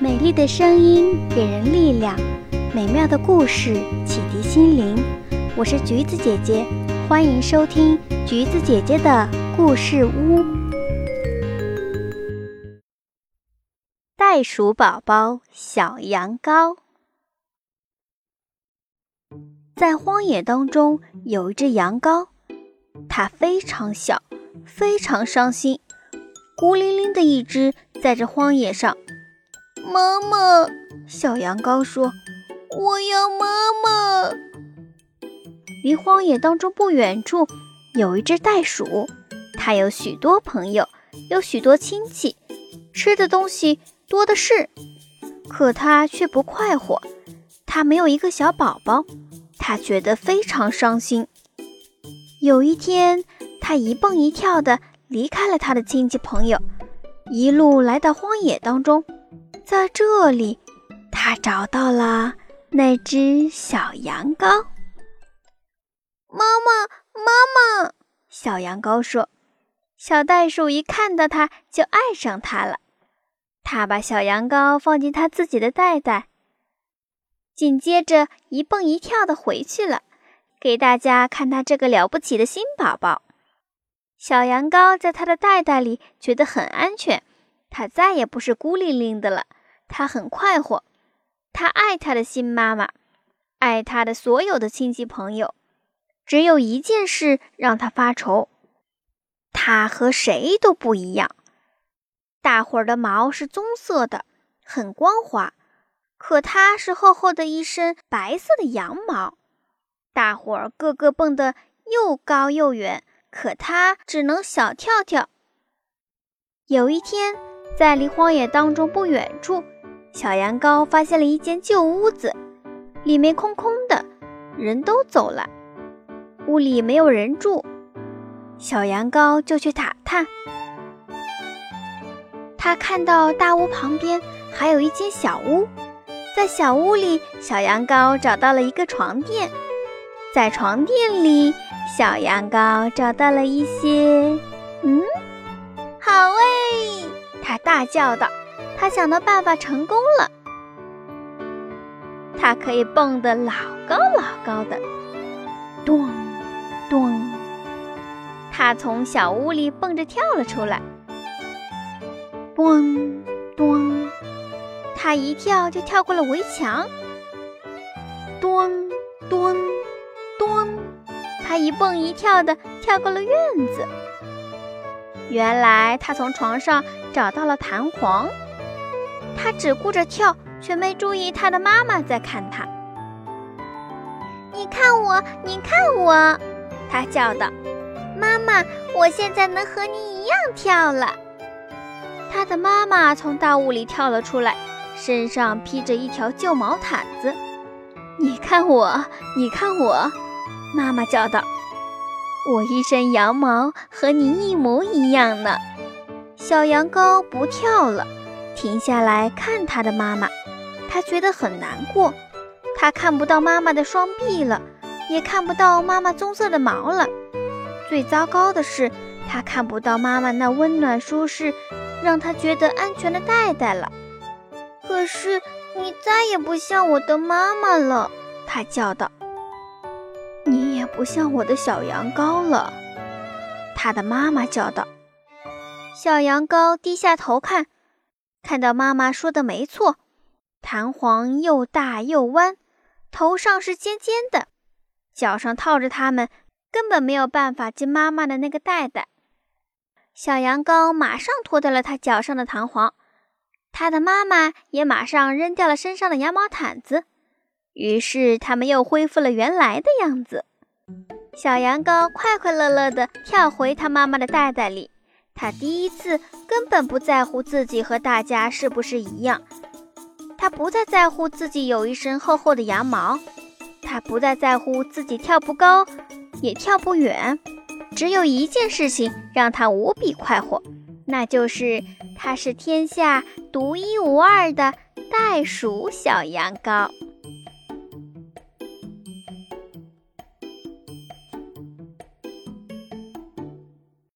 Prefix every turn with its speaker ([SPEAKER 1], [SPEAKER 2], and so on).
[SPEAKER 1] 美丽的声音给人力量，美妙的故事启迪心灵。我是橘子姐姐，欢迎收听橘子姐姐的故事屋。袋鼠宝宝小羊羔。在荒野当中有一只羊羔，它非常小，非常伤心，孤零零的一只在这荒野上。妈妈，小羊羔说，我要妈妈。离荒野当中不远处有一只袋鼠，它有许多朋友，有许多亲戚，吃的东西多的是，可它却不快活，它没有一个小宝宝，它觉得非常伤心。有一天，它一蹦一跳地离开了它的亲戚朋友，一路来到荒野当中。在这里，他找到了那只小羊羔。妈妈，妈妈，小羊羔说。小袋鼠一看到它就爱上它了，它把小羊羔放进它自己的袋袋，紧接着一蹦一跳地回去了，给大家看它这个了不起的新宝宝。小羊羔在它的袋袋里觉得很安全，它再也不是孤零零的了，他很快活，他爱他的新妈妈，爱他的所有的亲戚朋友。只有一件事让他发愁，他和谁都不一样。大伙儿的毛是棕色的，很光滑，可他是厚厚的一身白色的羊毛。大伙儿个个蹦得又高又远，可他只能小跳跳。有一天，在离荒野当中不远处，小羊羔发现了一间旧屋子，里面空空的，人都走了，屋里没有人住。小羊羔就去打探，他看到大屋旁边还有一间小屋，在小屋里，小羊羔找到了一个床垫，在床垫里，小羊羔找到了一些好诶，他大叫道，他想到办法成功了，他可以蹦得老高老高的，咚咚，他从小屋里蹦着跳了出来，咚咚，他一跳就跳过了围墙，咚咚咚，他一蹦一跳的跳过了院子。原来他从床上找到了弹簧，他只顾着跳，却没注意他的妈妈在看他。你看我，你看我，他叫道，妈妈，我现在能和你一样跳了。他的妈妈从大屋里跳了出来，身上披着一条旧毛毯子。你看我，你看我，妈妈叫道，我一身羊毛和你一模一样呢。小羊羔不跳了，停下来看他的妈妈，他觉得很难过。他看不到妈妈的双臂了，也看不到妈妈棕色的毛了。最糟糕的是，他看不到妈妈那温暖舒适让他觉得安全的袋袋了。可是你再也不像我的妈妈了，他叫道。你也不像我的小羊羔了，他的妈妈叫道。小羊羔低下头看，看到妈妈说的没错，弹簧又大又弯，头上是尖尖的，脚上套着它们，根本没有办法进妈妈的那个袋袋。小羊羔马上脱掉了它脚上的弹簧，它的妈妈也马上扔掉了身上的羊毛毯子，于是它们又恢复了原来的样子。小羊羔快快乐乐地跳回它妈妈的袋袋里，它第一次根本不在乎自己和大家是不是一样，它不再在乎自己有一身厚厚的羊毛，它不再在乎自己跳不高也跳不远，只有一件事情让它无比快活，那就是它是天下独一无二的袋鼠小羊羔。